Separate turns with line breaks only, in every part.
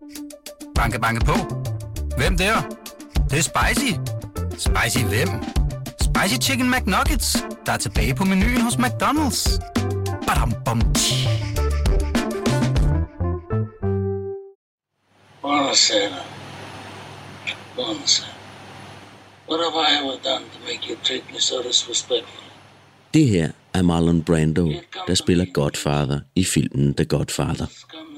Banke, banke på. Hvem der? Det er spicy. Spicy hvem? Spicy Chicken McNuggets, der er tilbage på menuen hos McDonald's. Badum, bom,
Buonasera. Buonasera. What have I ever done to make you treat me so disrespectfully?
Det her er Marlon Brando, der spiller Godfather i filmen The Godfather.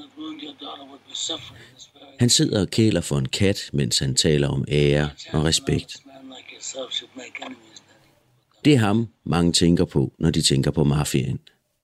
Han sidder og kæler for en kat, mens han taler om ære og respekt. Det er ham, mange tænker på, når de tænker på mafiaen.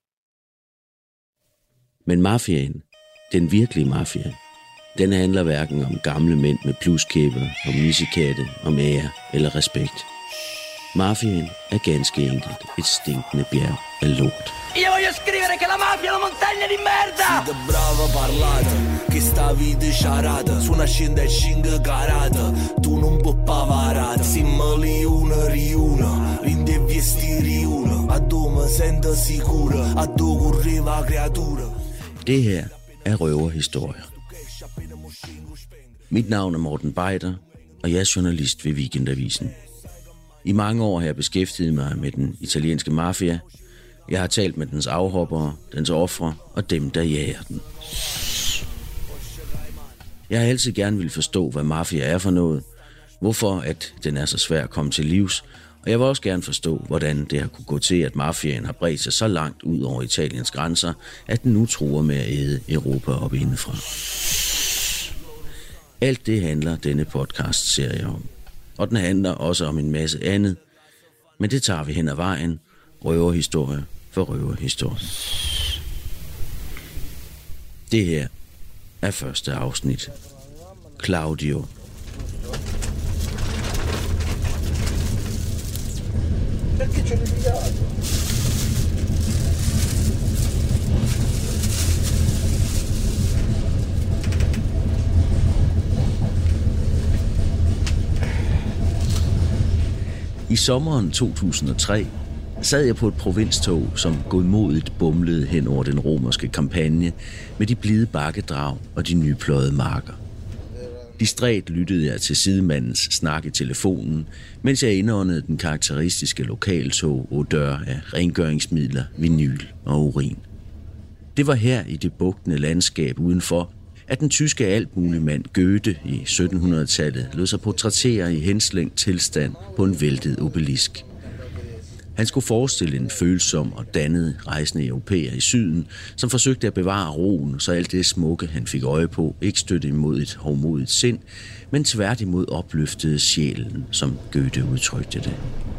Men mafiaen, den virkelige mafia, den handler hverken om gamle mænd med pluskæber, om misekatte, om ære eller respekt. Mafiaen er ganske enkelt et stinkende bjerg af lort.
Io voglio scrivere che la mafia è una montagna di merda!
Siete brava parlata, che stavi di charada, su una scenda e cinque carata, tu non puoi pavarata, siamo riuna, rinde viesti riuna, a tu me sento sicura, a tu correva creatura.
Det her er røverhistorier. Mit navn er Morten Beider, og jeg er journalist ved Weekendavisen. I mange år har jeg beskæftiget mig med den italienske mafia. Jeg har talt med dens afhoppere, dens ofre og dem, der jager den. Jeg har altid gerne vil forstå, hvad mafia er for noget, hvorfor at den er så svær at komme til livs, og jeg vil også gerne forstå, hvordan det har kunne gå til, at mafiaen har bredt sig så langt ud over Italiens grænser, at den nu truer med at æde Europa op indefra. Alt det handler denne podcast-serie om. Og den handler også om en masse andet. Men det tager vi hen ad vejen. Røverhistorie for røverhistorie. Det her er første afsnit. Claudio. I sommeren 2003 sad jeg på et provinstog, som godmodigt bumlede hen over den romerske kampagne med de blide bakkedrag og de nypløjede marker. Distræt lyttede jeg til sidemandens snak i telefonen, mens jeg indåndede den karakteristiske lokaltog odør af rengøringsmidler, vinyl og urin. Det var her i det bugtende landskab udenfor, at den tyske altmuligmand Goethe i 1700-tallet lod sig portrættere i henslængt tilstand på en væltet obelisk. Han skulle forestille en følsom og dannet rejsende europæer i syden, som forsøgte at bevare roen, så alt det smukke, han fik øje på, ikke støtte imod et hovmodigt sind, men tværtimod opløftede sjælen, som Goethe udtrykte det.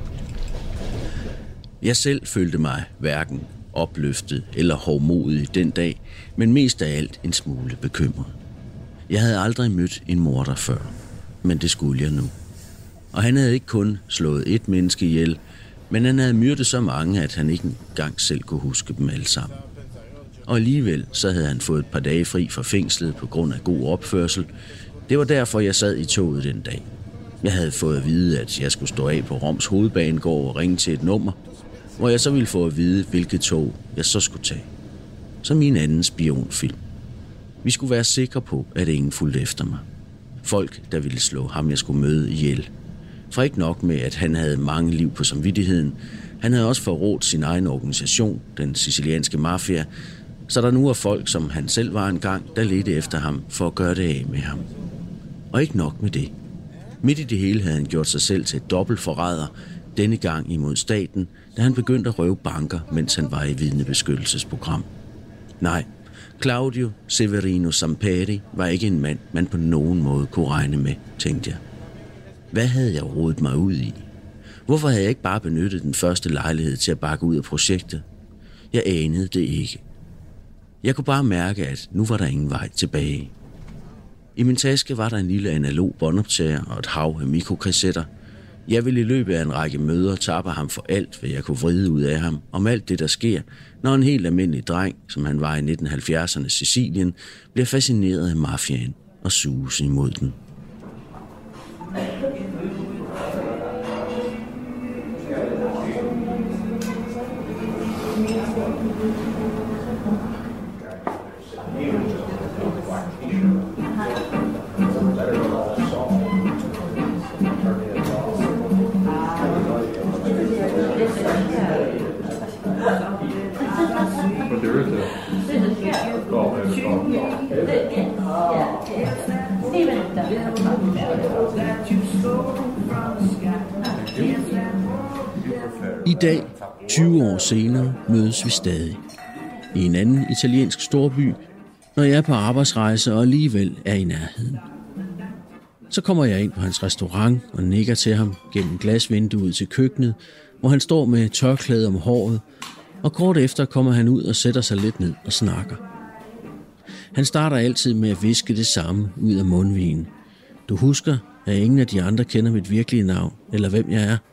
Jeg selv følte mig hverken opløftet eller hovmodig den dag, men mest af alt en smule bekymret. Jeg havde aldrig mødt en morder før, men det skulle jeg nu. Og han havde ikke kun slået et menneske ihjel, men han havde myrdet så mange, at han ikke engang selv kunne huske dem alle sammen. Og alligevel så havde han fået et par dage fri fra fængslet på grund af god opførsel. Det var derfor, jeg sad i toget den dag. Jeg havde fået at vide, at jeg skulle stå af på Roms hovedbanegård og ringe til et nummer, hvor jeg så ville få at vide, hvilket tog jeg så skulle tage. Som min anden spionfilm. Vi skulle være sikre på, at ingen fulgte efter mig. Folk, der ville slå ham, jeg skulle møde ihjel. For ikke nok med, at han havde mange liv på samvittigheden, han havde også forrådt sin egen organisation, den sicilianske mafia, så der nu er folk, som han selv var engang, der ledte efter ham for at gøre det af med ham. Og ikke nok med det. Midt i det hele havde han gjort sig selv til et dobbeltforræder, denne gang imod staten, da han begyndte at røve banker, mens han var i vidnebeskyttelsesprogram. Nej, Claudio Severino Samperi var ikke en mand, man på nogen måde kunne regne med, tænkte jeg. Hvad havde jeg rodet mig ud i? Hvorfor havde jeg ikke bare benyttet den første lejlighed til at bakke ud af projektet? Jeg anede det ikke. Jeg kunne bare mærke, at nu var der ingen vej tilbage. I min taske var der en lille analog båndoptager og et hav af mikrokassetter. Jeg ville i løbet af en række møder tappe ham for alt, hvad jeg kunne vride ud af ham, om alt det, der sker, når en helt almindelig dreng, som han var i 1970'ernes Sicilien, bliver fascineret af mafiaen og suges imod den. I dag, 20 år senere, mødes vi stadig. I en anden italiensk storby, når jeg er på arbejdsrejse og alligevel er i nærheden. Så kommer jeg ind på hans restaurant og nikker til ham gennem glasvinduet til køkkenet, hvor han står med tørklæde om håret, og kort efter kommer han ud og sætter sig lidt ned og snakker. Han starter altid med at hviske det samme ud af mundvigen. Du husker, at ingen af de andre kender mit virkelige navn, eller hvem jeg er.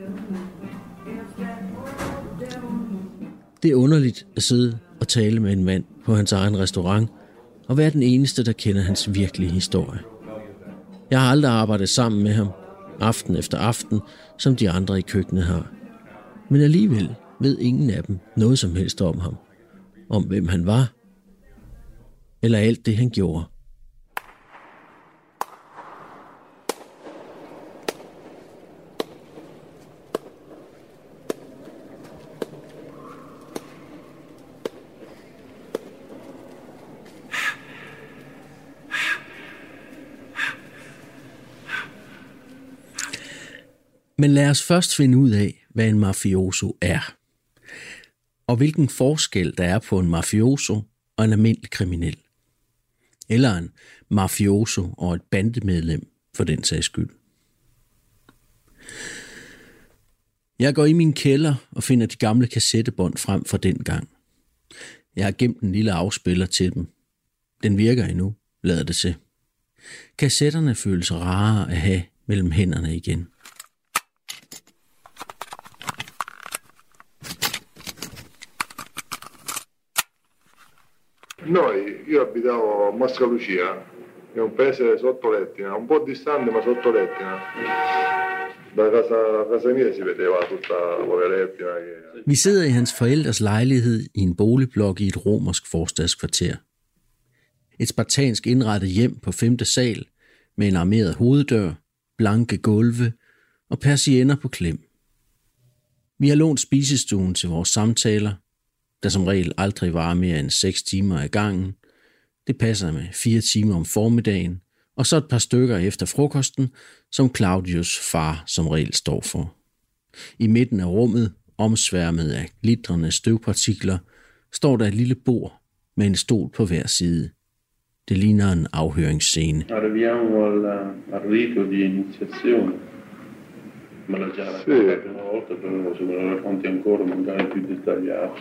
Det er underligt at sidde og tale med en mand på hans egen restaurant, og være den eneste, der kender hans virkelige historie. Jeg har aldrig arbejdet sammen med ham, aften efter aften, som de andre i køkkenet har. Men alligevel ved ingen af dem noget som helst om ham. Om hvem han var, eller alt det, han gjorde. Men lad os først finde ud af, hvad en mafioso er. Og hvilken forskel der er på en mafioso og en almindelig kriminel. Eller en mafioso og et bandemedlem, for den sags skyld. Jeg går i min kælder og finder de gamle kassettebånd frem fra den gang. Jeg har gemt en lille afspiller til dem. Den virker endnu, lader det til. Kassetterne føles rare at have mellem hænderne igen.
Io abitavo a Mosca Lucia, è un paese sotto Lettina, un po' distante ma sotto Lettina. Da casa mia si vedeva tutta Lettina.
Vi sidder i hans forældres lejlighed i en boligblok i et romersk forstadskvarter. Et spartansk indrettet hjem på 5. sal med en armeret hoveddør, blanke gulve og persienner på klem. Vi har lånt spisestuen til vores samtaler, der som regel aldrig varer mere end 6 timer ad gangen. Det passer med 4 timer om formiddagen, og så et par stykker efter frokosten, som Claudius far som regel står for. I midten af rummet, omsværmet af glitrende støvpartikler, står der et lille bord med en stol på hver side. Det ligner en afhøringsscene.
Arriviamo al rito di iniziazione. Me l'ha già raccontato una volta, però se me lo racconti ancora magari più dettagliato.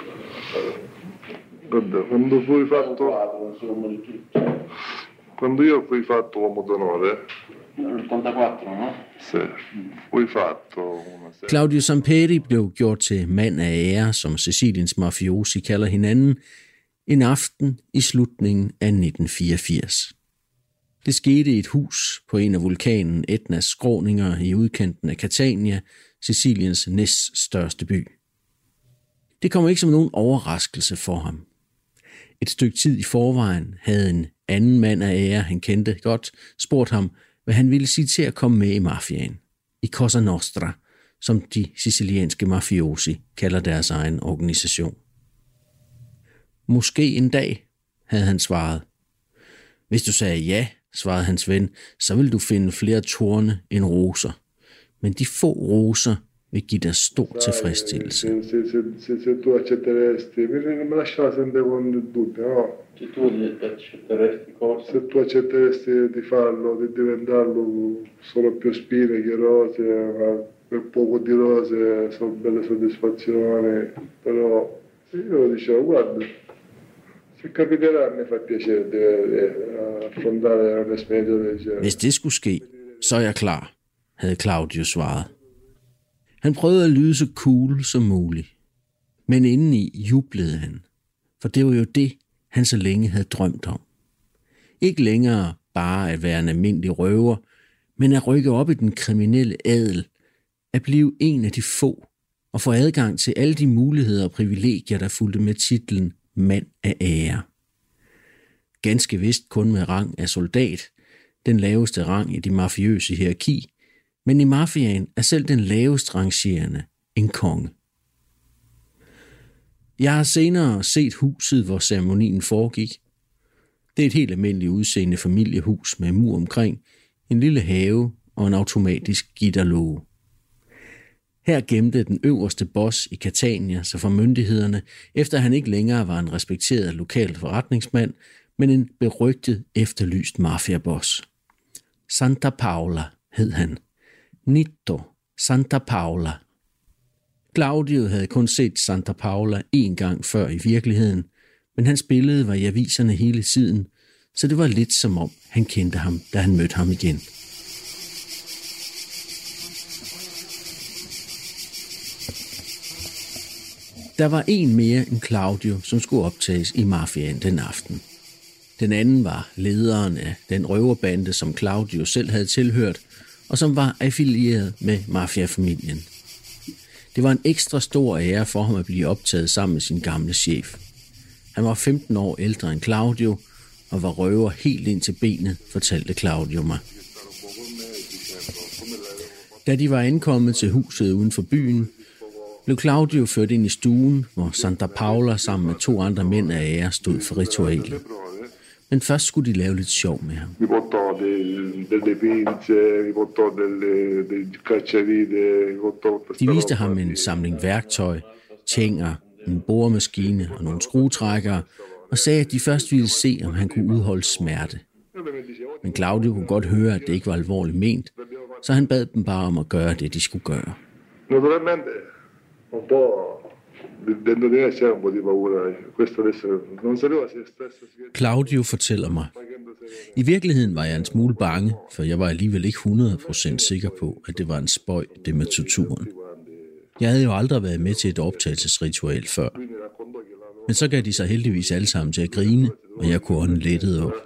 Quando io fui fatto uomo d'onore.
L'84, no?
Sì, fui fatto una serie.
Claudio Samperi blev gjort til mand af ære, som Siciliens mafiosi kalder hinanden, en aften i slutningen af 1984. Det skete i et hus på en af vulkanen Etnas skråninger i udkanten af Catania, Siciliens næststørste by. Det kom ikke som nogen overraskelse for ham. Et stykke tid i forvejen havde en anden mand af ære, han kendte godt, spurgt ham, hvad han ville sige til at komme med i mafiaen. I Cosa Nostra, som de sicilianske mafiosi kalder deres egen organisation. Måske en dag, havde han svaret. Hvis du sagde ja, svarede hans ven, så vil du finde flere torne end roser. Men de få roser vil give dig stor tilfredsstillelse.
Se tu accetteresti, me lasciava sempre con dubbio, no?
Se tu accetteresti cosa?
Se tu accetteresti di farlo, di diventarlo solo più spine che rose, ma per poco di rose sono belle soddisfazioni, però io dicevo, guarda, se capiterà mi fa piacere di affrontare un'esperienza del genere.
Hvis det skulle ske, så er jeg klar, havde Claudio svaret. Han prøvede at lyde så cool som muligt, men indeni jublede han, for det var jo det, han så længe havde drømt om. Ikke længere bare at være en almindelig røver, men at rykke op i den kriminelle adel, at blive en af de få og få adgang til alle de muligheder og privilegier, der fulgte med titlen mand af ære. Ganske vist kun med rang af soldat, den laveste rang i de mafiøse hierarki, men i mafiaen er selv den lavest rangerende en konge. Jeg har senere set huset, hvor ceremonien foregik. Det er et helt almindeligt udseende familiehus med mur omkring, en lille have og en automatisk gitterlåge. Her gemte den øverste boss i Catania sig for myndighederne, efter han ikke længere var en respekteret lokal forretningsmand, men en berygtet, efterlyst mafiaboss. Santa Paola hed han. Nitto Santa Paola. Claudio havde kun set Santa Paola én gang før i virkeligheden, men hans billede var i aviserne hele tiden, så det var lidt som om han kendte ham, da han mødte ham igen. Der var en mere end Claudio, som skulle optages i mafiaen den aften. Den anden var lederen af den røverbande, som Claudio selv havde tilhørt, og som var affilieret med mafiafamilien. Det var en ekstra stor ære for ham at blive optaget sammen med sin gamle chef. Han var 15 år ældre end Claudio, og var røver helt ind til benet, fortalte Claudio mig. Da de var ankommet til huset uden for byen, blev Claudio ført ind i stuen, hvor Santa Paola sammen med 2 andre mænd af ære stod for ritualet. Men først skulle de lave lidt sjov med ham. De viste ham en samling værktøj, tænger, en boremaskine og nogle skruetrækkere, og sagde, at de først ville se, om han kunne udholde smerte. Men Claudio kunne godt høre, at det ikke var alvorligt ment, så han bad dem bare om at gøre det, de skulle gøre. Claudio fortæller mig, i virkeligheden var jeg en smule bange, for jeg var alligevel ikke 100% sikker på, at det var en spøj, det med torturen. Jeg havde jo aldrig været med til et optagelsesritual før. Men så gav de sig heldigvis alle sammen til at grine, og jeg kunne ånde lettet op.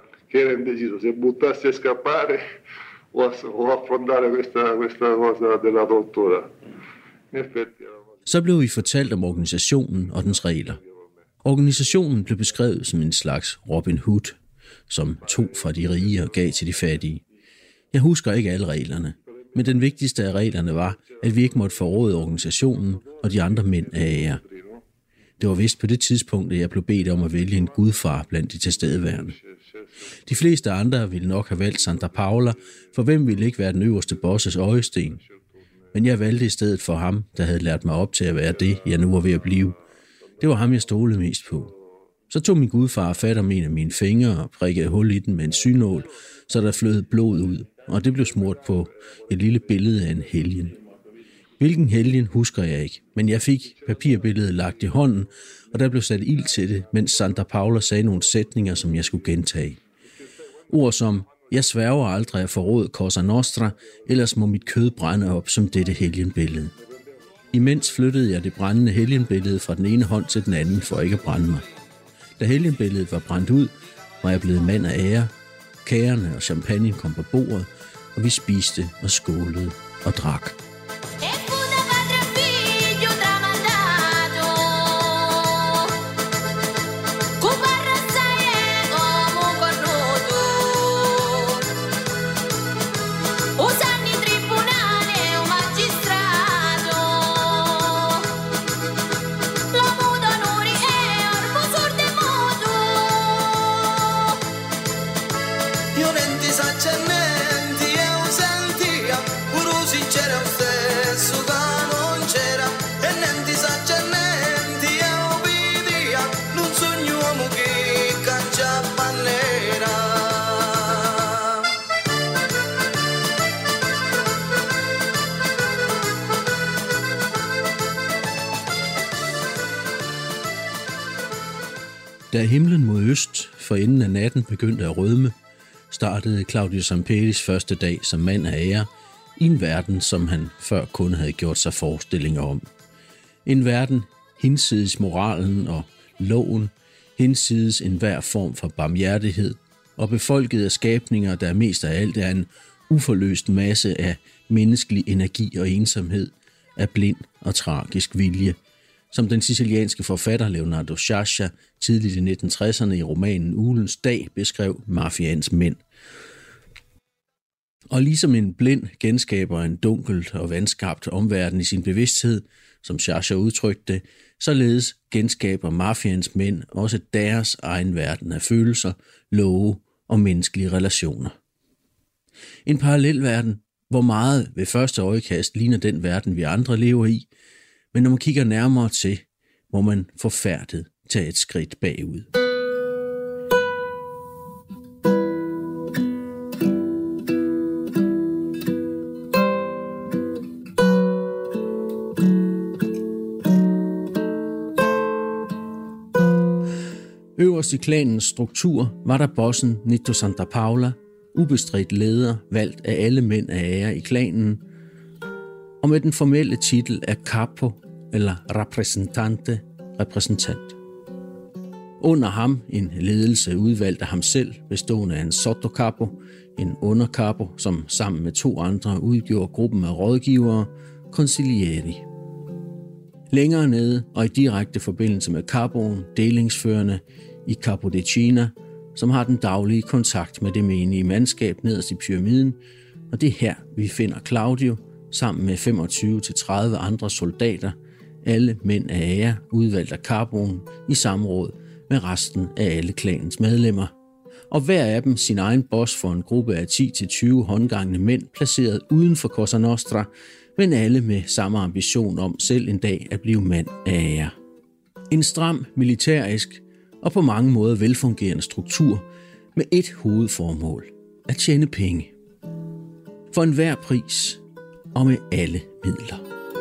Så blev vi fortalt om organisationen og dens regler. Organisationen blev beskrevet som en slags Robin Hood, som tog fra de rige og gav til de fattige. Jeg husker ikke alle reglerne, men den vigtigste af reglerne var, at vi ikke måtte forråde organisationen og de andre mænd af ære. Det var vist på det tidspunkt, at jeg blev bedt om at vælge en gudfar blandt de tilstedeværende. De fleste andre ville nok have valgt Santa Paola, for hvem ville ikke være den øverste bosses øjesten? Men jeg valgte i stedet for ham, der havde lært mig op til at være det, jeg nu var ved at blive. Det var ham, jeg stolede mest på. Så tog min gudfar fat om en af mine fingre og prikkede hul i den med en synål, så der flød blod ud, og det blev smurt på et lille billede af en helgen. Hvilken helgen husker jeg ikke, men jeg fik papirbilledet lagt i hånden, og der blev sat ild til det, mens Santa Paola sagde nogle sætninger, som jeg skulle gentage. Ord som, jeg sværger aldrig at forråde Cosa Nostra, ellers må mit kød brænde op som dette helgenbillede. Imens flyttede jeg det brændende helgenbillede fra den ene hånd til den anden for ikke at brænde mig. Da helgenbilledet var brændt ud, var jeg blevet mand af ære. Kagerne og champagne kom på bordet, og vi spiste og skålede og drak. Da himlen mod øst for enden af natten begyndte at rødme, startede Claudio Samperis første dag som mand af ære i en verden, som han før kun havde gjort sig forestillinger om. En verden hinsides moralen og loven, hinsides enhver form for barmhjertighed, og befolket af skabninger, der mest af alt er en uforløst masse af menneskelig energi og ensomhed, af blind og tragisk vilje, som den sicilianske forfatter Leonardo Sciascia tidligt i 1960'erne i romanen Uglens Dag beskrev mafiaens mænd. Og ligesom en blind genskaber en dunkelt og vanskabt omverden i sin bevidsthed, som Sciascia udtrykte det, således genskaber mafians mænd også deres egen verden af følelser, love og menneskelige relationer. En parallelverden, hvor meget ved første øjekast ligner den verden, vi andre lever i, men når man kigger nærmere til, må man forfærdet tage et skridt bagud. Øverst i klanens struktur var der bossen Nitto Santa Paula, ubestridt leder, valgt af alle mænd af ære i klanen, og med den formelle titel af capo eller rappresentante, repræsentant. Under ham en ledelse udvalgt af ham selv, bestående af en sottocapo, en undercapo, som sammen med 2 andre udgjorde gruppen af rådgivere, consiglieri. Længere nede og i direkte forbindelse med capoen, delingsførende i Capodecina, som har den daglige kontakt med det menige mandskab nederst i pyramiden, og det er her, vi finder Claudio sammen med 25-30 andre soldater, alle mænd af ære, udvalgt af capoen i samråd med resten af alle klanens medlemmer. Og hver af dem sin egen boss for en gruppe af 10-20 håndgangne mænd placeret uden for Cosa Nostra, men alle med samme ambition om selv en dag at blive mand af ære. En stram, militærisk og på mange måder velfungerende struktur med et hovedformål: at tjene penge. For enhver pris og med alle midler.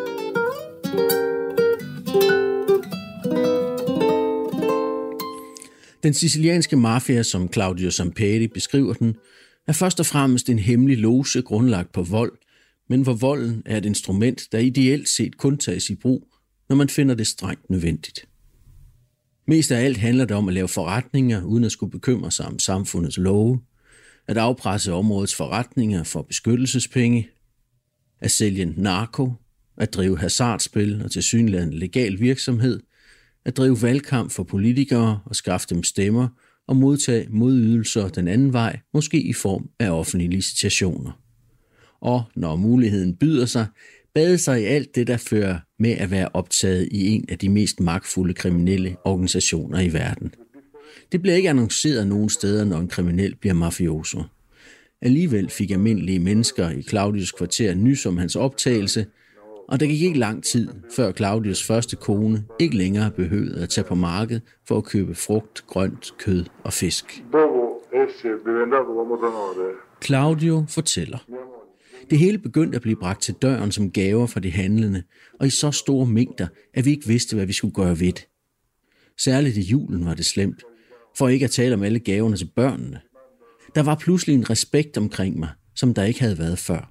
Den sicilianske mafia, som Claudio Zamperi beskriver den, er først og fremmest en hemmelig loge grundlagt på vold, men hvor volden er et instrument, der ideelt set kun tages i brug, når man finder det strengt nødvendigt. Mest af alt handler det om at lave forretninger, uden at skulle bekymre sig om samfundets love, at afpresse områdets forretninger for beskyttelsespenge, at sælge narko, at drive hasardspil og tilsyneladende legal virksomhed, at drive valgkamp for politikere og skaffe dem stemmer og modtage modydelser den anden vej, måske i form af offentlige licitationer. Og når muligheden byder sig, bade sig i alt det, der fører med at være optaget i en af de mest magtfulde kriminelle organisationer i verden. Det bliver ikke annonceret nogen steder, når en kriminel bliver mafioso. Alligevel fik almindelige mennesker i Claudius kvarter nys om hans optagelse, og der gik ikke lang tid, før Claudius første kone ikke længere behøvede at tage på markedet for at købe frugt, grønt, kød og fisk. Claudio fortæller: det hele begyndte at blive bragt til døren som gaver fra de handlende, og i så store mængder, at vi ikke vidste, hvad vi skulle gøre ved det. Særligt i julen var det slemt, for ikke at tale om alle gaverne til børnene. Der var pludselig en respekt omkring mig, som der ikke havde været før.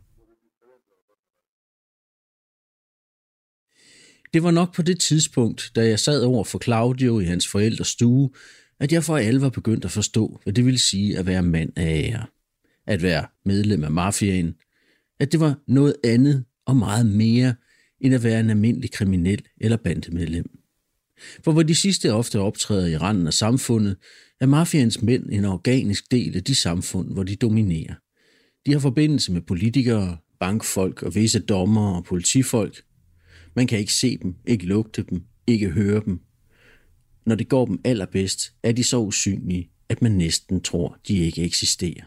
Det var nok på det tidspunkt, da jeg sad over for Claudio i hans forældres stue, at jeg for alvor begyndte at forstå, hvad det ville sige at være mand af ære. At være medlem af mafiaen. At det var noget andet og meget mere, end at være en almindelig kriminel eller bandemedlem. For hvor de sidste ofte optræder i randen af samfundet, er mafians mænd en organisk del af de samfund, hvor de dominerer. De har forbindelse med politikere, bankfolk og visse dommere og politifolk. Man kan ikke se dem, ikke lugte dem, ikke høre dem. Når det går dem allerbedst, er de så usynlige, at man næsten tror, de ikke eksisterer.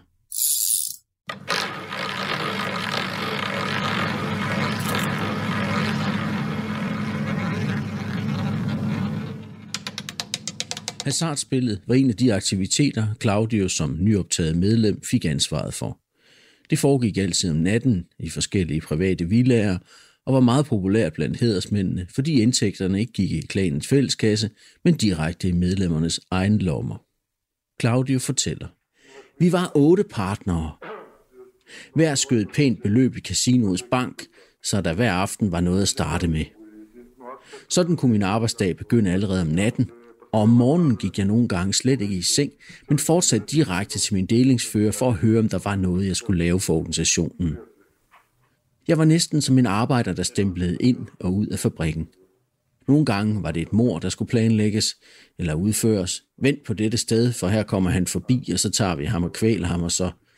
Hasardspillet var en af de aktiviteter, Claudio som nyoptaget medlem fik ansvaret for. Det foregik altid om natten i forskellige private villaer, og var meget populært blandt hædersmændene, fordi indtægterne ikke gik i klanens fælleskasse, men direkte i medlemmernes egen lommer. Claudio fortæller: vi var 8 partnere. Hver skød et pænt beløb i casinoets bank, så der hver aften var noget at starte med. Sådan kunne min arbejdsdag begynde allerede om natten, og om morgenen gik jeg nogle gange slet ikke i seng, men fortsatte direkte til min delingsfører for at høre, om der var noget, jeg skulle lave for organisationen. Jeg var næsten som en arbejder, der stemplede ind og ud af fabrikken. Nogle gange var det et mord, der skulle planlægges eller udføres. Vent på dette sted, for her kommer han forbi, og så tager vi ham og kvæler ham, og så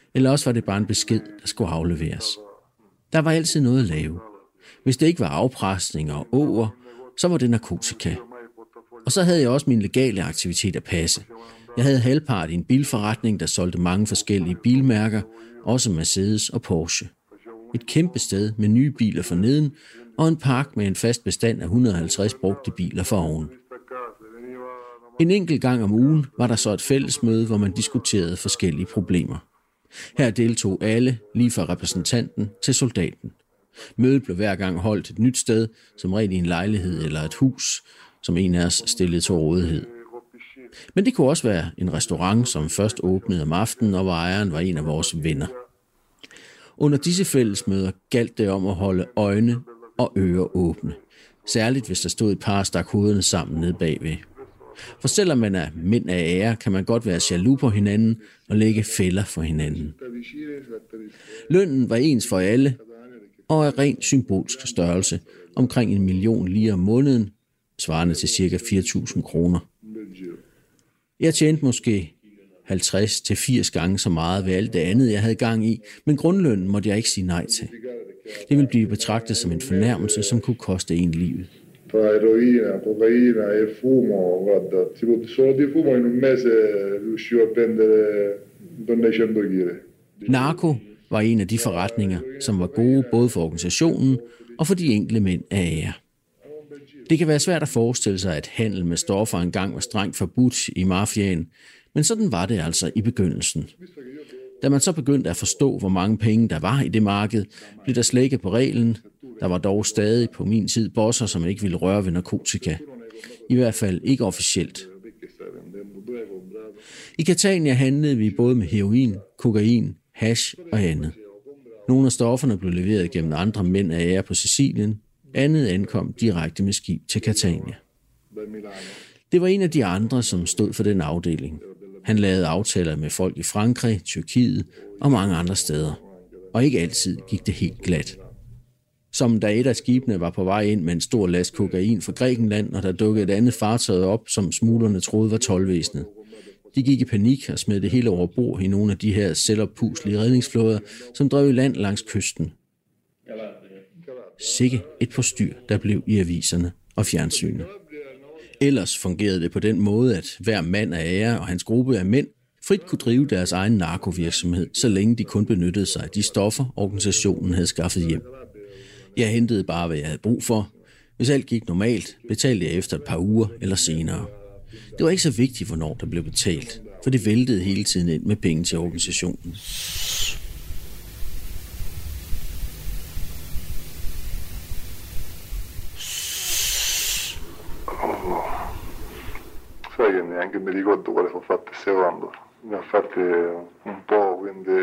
Eller også var det bare en besked, der skulle afleveres. Der var altid noget at lave. Hvis det ikke var afpresning og åger, så var det narkotika. Og så havde jeg også mine legale aktiviteter passe. Jeg havde halvpart i en bilforretning, der solgte mange forskellige bilmærker, også Mercedes og Porsche. Et kæmpe sted med nye biler for neden, og en park med en fast bestand af 150 brugte biler for oven. En enkelt gang om ugen var der så et fællesmøde, hvor man diskuterede forskellige problemer. Her deltog alle, lige fra repræsentanten til soldaten. Mødet blev hver gang holdt et nyt sted, som regel i en lejlighed eller et hus, som en af os stillede til rådighed. Men det kunne også være en restaurant, som først åbnede om aftenen, og hvor ejeren var en af vores venner. Under disse fællesmøder galt det om at holde øjne og ører åbne. Særligt hvis der stod et par og stak hovederne sammen nede bagved. For selvom man er mænd af ære, kan man godt være jaloux på hinanden og lægge fælder for hinanden. Lønnen var ens for alle, og af ren symbolsk størrelse, omkring 1 million lire om måneden, svarende til ca. 4.000 kroner. Jeg tjente måske 50-80 gange så meget ved alt det andet, jeg havde gang i, men grundlønnen måtte jeg ikke sige nej til. Det ville blive betragtet som en fornærmelse, som kunne koste en livet.
Tra eroina, cocaina e fumo, guarda, solo di fumo in un mese riuscivo a prendere 100 kg.
Narko var en af de forretninger, som var gode både for organisationen og for de enkelte mænd af ære. Det kan være svært at forestille sig, at handel med stoffer engang var strengt forbudt i mafiaen, men sådan var det altså i begyndelsen. Da man så begyndte at forstå, hvor mange penge der var i det marked, blev der slækket på reglen. Der var dog stadig på min tid bosser, som ikke ville røre ved narkotika. I hvert fald ikke officielt. I Catania handlede vi både med heroin, kokain, hash og andet. Nogle af stofferne blev leveret gennem andre mænd af ære på Sicilien. Andet ankom direkte med skib til Catania. Det var en af de andre, som stod for den afdeling. Han lavede aftaler med folk i Frankrig, Tyrkiet og mange andre steder. Og ikke altid gik det helt glat. Som da et af skibene var på vej ind med en stor last kokain fra Grækenland, og der dukkede et andet fartøj op, som smuglerne troede var toldvæsenet. De gik i panik og smed det hele over bord i nogle af de her selvoppuslige redningsflåder, som drev i land langs kysten. Sikke et postyr, der blev i aviserne og fjernsynet. Ellers fungerede det på den måde, at hver mand af ære og hans gruppe af mænd frit kunne drive deres egen narkovirksomhed, så længe de kun benyttede sig af de stoffer, organisationen havde skaffet hjem. Jeg hentede bare, hvad jeg havde brug for. Hvis alt gik normalt, betalte jeg efter et par uger eller senere. Det var ikke så vigtigt, hvornår der blev betalt, for det væltede hele tiden ind med penge til organisationen.
Sai che neanche mi ricordo quale sono fatte secondo. Ne ho fatte un po', quindi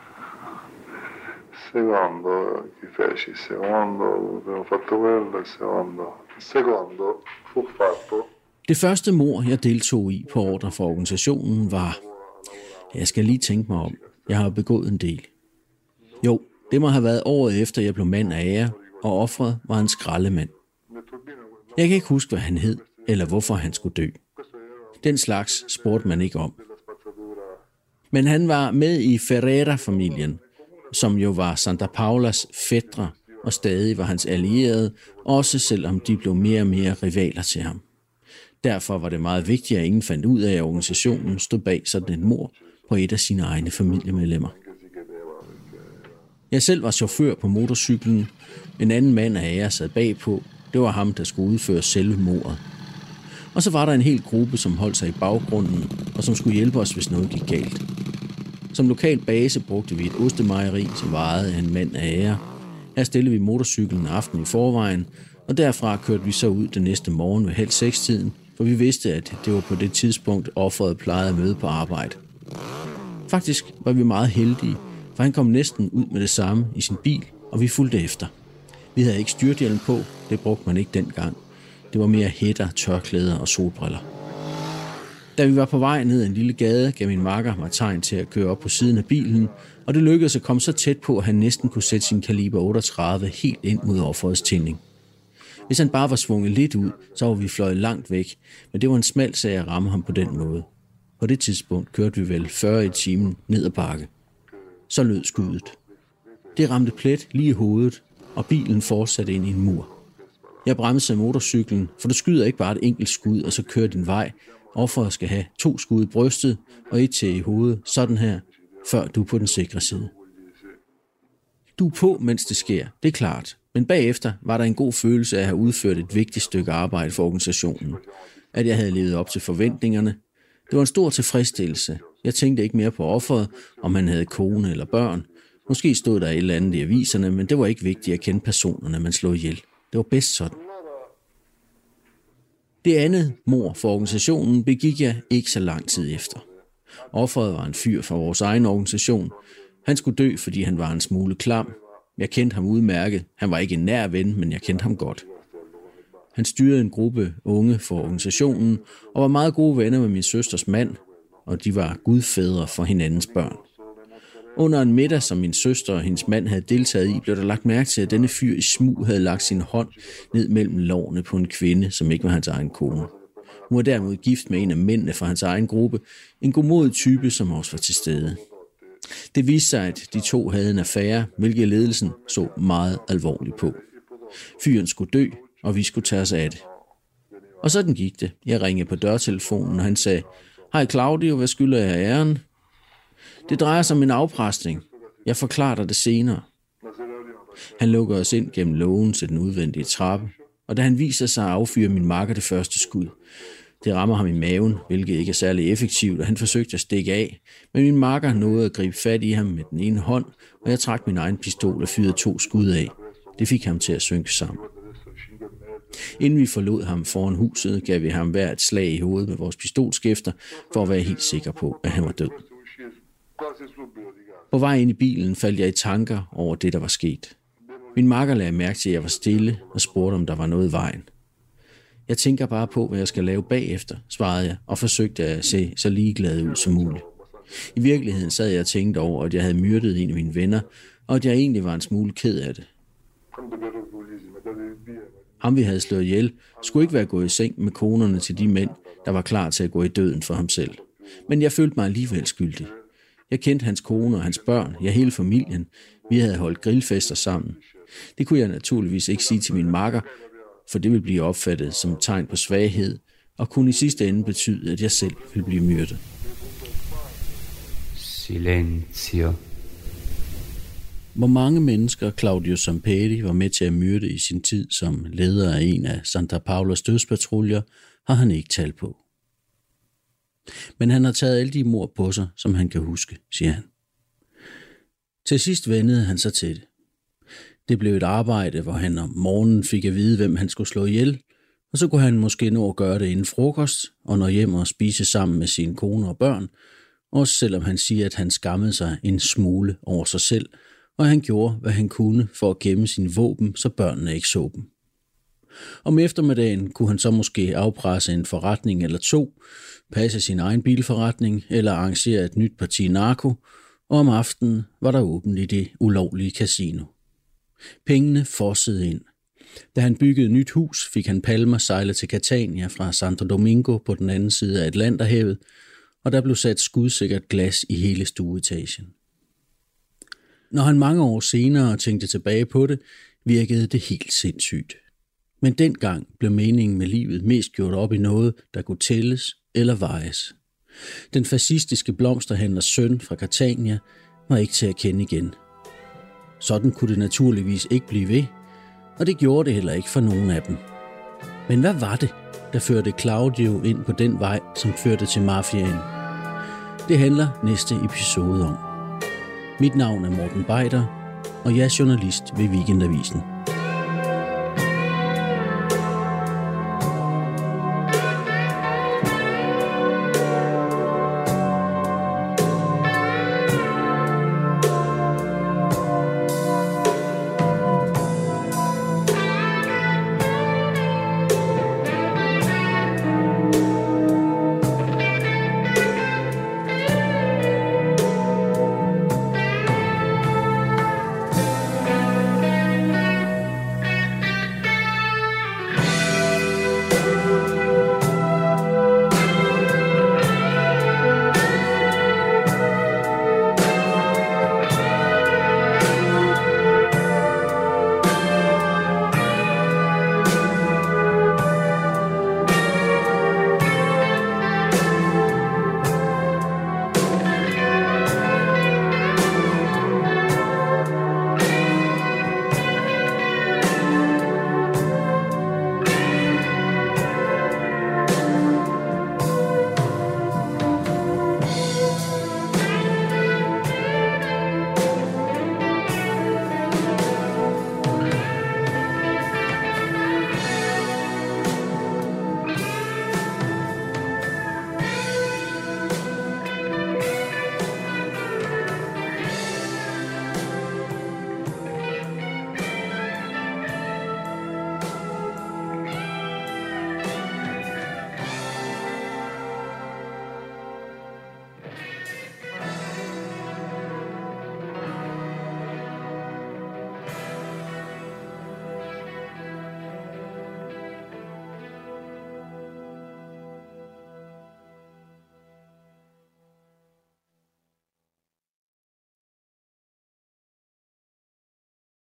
secondo, chi feci? Secondo, abbiamo fatto quello, secondo fu fatto.
Det første mord, jeg deltog i på ordre for organisationen, var, jeg skal lige tænke mig om, jeg har begået en del. Jo, det må have været året efter, jeg blev mand af ære, og offeret var en skraldemand. Jeg kan ikke huske, hvad han hed, eller hvorfor han skulle dø. Den slags spurgte man ikke om. Men han var med i Ferreira-familien, som jo var Santa Paulas fætre, og stadig var hans allierede, også selvom de blev mere og mere rivaler til ham. Derfor var det meget vigtigt, at ingen fandt ud af, at organisationen stod bag sådan et mord på et af sine egne familiemedlemmer. Jeg selv var chauffør på motorcyklen. En anden mand af ære sad bagpå. Det var ham, der skulle udføre selve mordet. Og så var der en hel gruppe, som holdt sig i baggrunden, og som skulle hjælpe os, hvis noget gik galt. Som lokal base brugte vi et ostemejeri, som var ejet af en mand af ære. Her stillede vi motorcyklen aften i forvejen, og derfra kørte vi så ud den næste morgen ved 5:30-tiden, for vi vidste, at det var på det tidspunkt, offeret plejede at møde på arbejde. Faktisk var vi meget heldige, for han kom næsten ud med det samme i sin bil, og vi fulgte efter. Vi havde ikke styrthjelm på, det brugte man ikke dengang. Det var mere hætter, tørklæder og solbriller. Da vi var på vej ned ad en lille gade, gav min makker mig tegn til at køre op på siden af bilen, og det lykkedes at komme så tæt på, at han næsten kunne sætte sin kaliber 38 helt ind mod offerets tænding. Hvis han bare var svunget lidt ud, så var vi fløjet langt væk, men det var en smal sag at ramme ham på den måde. På det tidspunkt kørte vi vel 40 i timen ned ad bakke. Så lød skuddet. Det ramte plet lige i hovedet, og bilen fortsatte ind i en mur. Jeg bremsede motorcyklen, for du skyder ikke bare et enkelt skud, og så kører din vej. Offeret skal have 2 skud i brystet og 1 til i hovedet, sådan her, før du er på den sikre side. Du er på, mens det sker, det er klart. Men bagefter var der en god følelse af at have udført et vigtigt stykke arbejde for organisationen. At jeg havde levet op til forventningerne. Det var en stor tilfredsstillelse. Jeg tænkte ikke mere på offeret, om han havde kone eller børn. Måske stod der et eller andet i aviserne, men det var ikke vigtigt at kende personerne, man slog ihjel. Det var bedst sådan. Det andet mord for organisationen begik jeg ikke så lang tid efter. Offeret var en fyr fra vores egen organisation. Han skulle dø, fordi han var en smule klam. Jeg kendte ham udmærket. Han var ikke en nær ven, men jeg kendte ham godt. Han styrede en gruppe unge for organisationen og var meget gode venner med min søsters mand, og de var gudfædre for hinandens børn. Under en middag, som min søster og hendes mand havde deltaget i, blev der lagt mærke til, at denne fyr i smug havde lagt sin hånd ned mellem lårene på en kvinde, som ikke var hans egen kone. Hun var derimod gift med en af mændene fra hans egen gruppe, en godmodig type, som også var til stede. Det viste sig, at de 2 havde en affære, hvilket ledelsen så meget alvorligt på. Fyren skulle dø, og vi skulle tage os af det. Og sådan gik det. Jeg ringede på dørtelefonen, og han sagde, "Hej Claudio, hvad skylder jeg æren?" "Det drejer sig om en afpresning. Jeg forklarer dig det senere." Han lukker os ind gennem lågen til den udvendige trappe, og da han viser sig at affyre min makker det første skud. Det rammer ham i maven, hvilket ikke er særlig effektivt, og han forsøgte at stikke af, men min makker nåede at gribe fat i ham med den ene hånd, og jeg trak min egen pistol og fyrede 2 skud af. Det fik ham til at synke sammen. Inden vi forlod ham foran huset, gav vi ham hver et slag i hovedet med vores pistolskæfter, for at være helt sikker på, at han var død. På vej ind i bilen faldt jeg i tanker over det, der var sket. Min makker lagde mærke til, at jeg var stille og spurgte, om der var noget i vejen. "Jeg tænker bare på, hvad jeg skal lave bagefter", svarede jeg, og forsøgte at se så ligeglad ud som muligt. I virkeligheden sad jeg og tænkte over, at jeg havde myrdet en af mine venner, og at jeg egentlig var en smule ked af det. Ham, vi havde slået ihjel, skulle ikke være gået i seng med konerne til de mænd, der var klar til at gå i døden for ham selv. Men jeg følte mig alligevel skyldig. Jeg kendte hans kone og hans børn, ja hele familien. Vi havde holdt grillfester sammen. Det kunne jeg naturligvis ikke sige til min makker, for det ville blive opfattet som et tegn på svaghed, og kunne i sidste ende betyde, at jeg selv ville blive myrdet.
Silenzio.
Hvor mange mennesker Claudio Zamperi var med til at myrde i sin tid som leder af en af Santa Paulas dødspatruljer, har han ikke talt på. Men han har taget alle de mord på sig, som han kan huske, siger han. Til sidst vendede han sig til det. Det blev et arbejde, hvor han om morgenen fik at vide, hvem han skulle slå ihjel, og så kunne han måske nå at gøre det inden frokost, og nå hjem og spise sammen med sine kone og børn, også selvom han siger, at han skammede sig en smule over sig selv, og han gjorde, hvad han kunne for at gemme sine våben, så børnene ikke så dem. Om eftermiddagen kunne han så måske afpresse en forretning eller 2, passe sin egen bilforretning eller arrangere et nyt parti narko, og om aftenen var der åbent i det ulovlige casino. Pengene fossede ind. Da han byggede et nyt hus, fik han Palmer sejlet til Catania fra Santo Domingo på den anden side af Atlanterhavet, og der blev sat skudsikkert glas i hele stueetagen. Når han mange år senere tænkte tilbage på det, virkede det helt sindssygt. Men dengang blev meningen med livet mest gjort op i noget, der kunne tælles eller vejes. Den fascistiske blomsterhandlers søn fra Catania var ikke til at kende igen. Sådan kunne det naturligvis ikke blive ved, og det gjorde det heller ikke for nogen af dem. Men hvad var det, der førte Claudio ind på den vej, som førte til mafiaen? Det handler næste episode om. Mit navn er Morten Beider, og jeg er journalist ved Weekendavisen.